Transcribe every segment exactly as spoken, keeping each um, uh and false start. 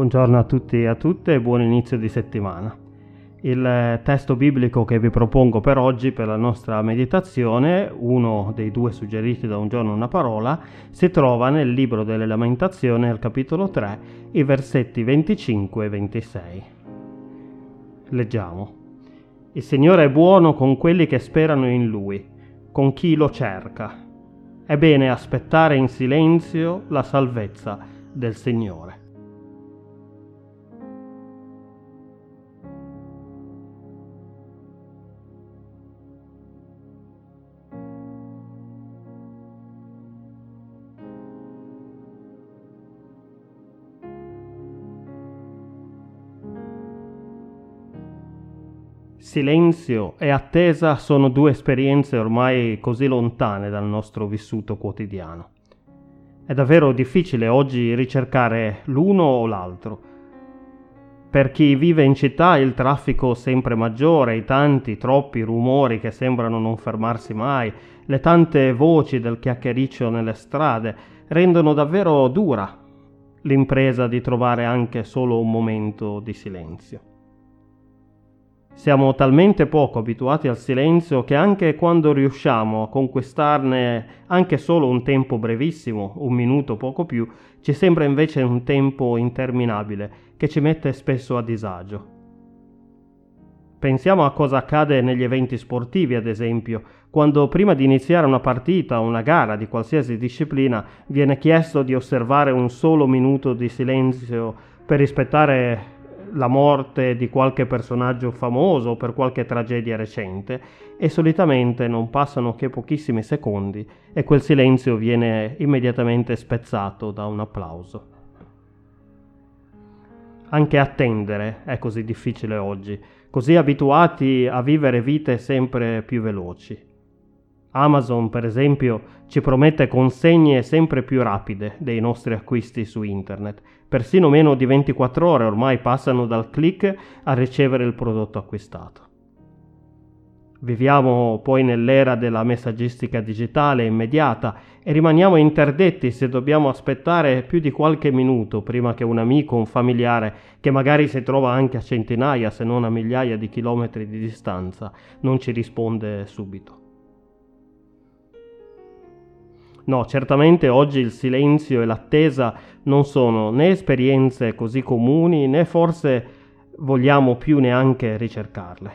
Buongiorno a tutti e a tutte e buon inizio di settimana. Il testo biblico che vi propongo per oggi, per la nostra meditazione, uno dei due suggeriti da Un giorno una parola, si trova nel libro delle Lamentazioni, al capitolo tre, i versetti venticinque e ventisei. Leggiamo. Il Signore è buono con quelli che sperano in Lui, con chi lo cerca. È bene aspettare in silenzio la salvezza del Signore. Silenzio e attesa sono due esperienze ormai così lontane dal nostro vissuto quotidiano. È davvero difficile oggi ricercare l'uno o l'altro. Per chi vive in città il traffico sempre maggiore, i tanti, troppi rumori che sembrano non fermarsi mai, le tante voci del chiacchiericcio nelle strade rendono davvero dura l'impresa di trovare anche solo un momento di silenzio. Siamo talmente poco abituati al silenzio che anche quando riusciamo a conquistarne anche solo un tempo brevissimo, un minuto poco più, ci sembra invece un tempo interminabile che ci mette spesso a disagio. Pensiamo a cosa accade negli eventi sportivi, ad esempio, quando prima di iniziare una partita o una gara di qualsiasi disciplina viene chiesto di osservare un solo minuto di silenzio per rispettare la morte di qualche personaggio famoso o per qualche tragedia recente, e solitamente non passano che pochissimi secondi e quel silenzio viene immediatamente spezzato da un applauso. Anche attendere è così difficile oggi, così abituati a vivere vite sempre più veloci. Amazon, per esempio, ci promette consegne sempre più rapide dei nostri acquisti su internet. Persino meno di ventiquattro ore ormai passano dal click a ricevere il prodotto acquistato. Viviamo poi nell'era della messaggistica digitale immediata e rimaniamo interdetti se dobbiamo aspettare più di qualche minuto prima che un amico o un familiare, che magari si trova anche a centinaia se non a migliaia di chilometri di distanza, non ci risponde subito. No, certamente oggi il silenzio e l'attesa non sono né esperienze così comuni, né forse vogliamo più neanche ricercarle.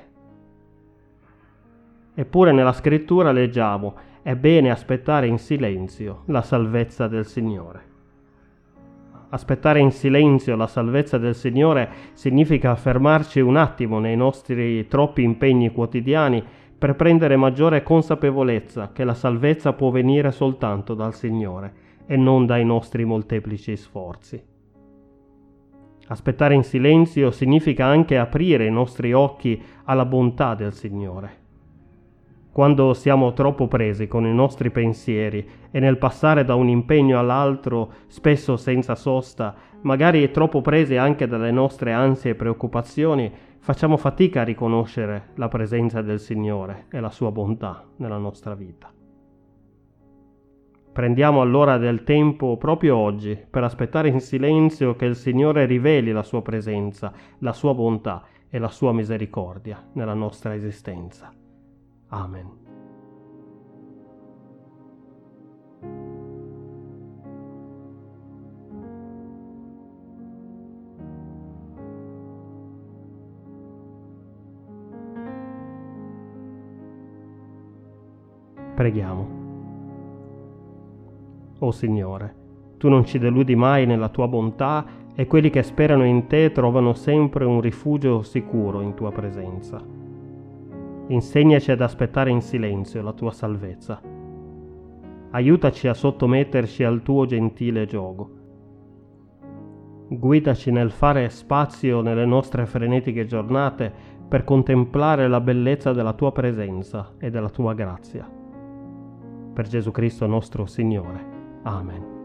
Eppure nella scrittura leggiamo: è bene aspettare in silenzio la salvezza del Signore. Aspettare in silenzio la salvezza del Signore significa fermarci un attimo nei nostri troppi impegni quotidiani per prendere maggiore consapevolezza che la salvezza può venire soltanto dal Signore e non dai nostri molteplici sforzi. Aspettare in silenzio significa anche aprire i nostri occhi alla bontà del Signore. Quando siamo troppo presi con i nostri pensieri e nel passare da un impegno all'altro, spesso senza sosta, magari troppo presi anche dalle nostre ansie e preoccupazioni, facciamo fatica a riconoscere la presenza del Signore e la sua bontà nella nostra vita. Prendiamo allora del tempo proprio oggi per aspettare in silenzio che il Signore riveli la sua presenza, la sua bontà e la sua misericordia nella nostra esistenza. Amen. Preghiamo. O Signore, Tu non ci deludi mai nella Tua bontà e quelli che sperano in Te trovano sempre un rifugio sicuro in Tua presenza. Insegnaci ad aspettare in silenzio la Tua salvezza. Aiutaci a sottometterci al Tuo gentile giogo. Guidaci nel fare spazio nelle nostre frenetiche giornate per contemplare la bellezza della Tua presenza e della Tua grazia. Per Gesù Cristo nostro Signore. Amen.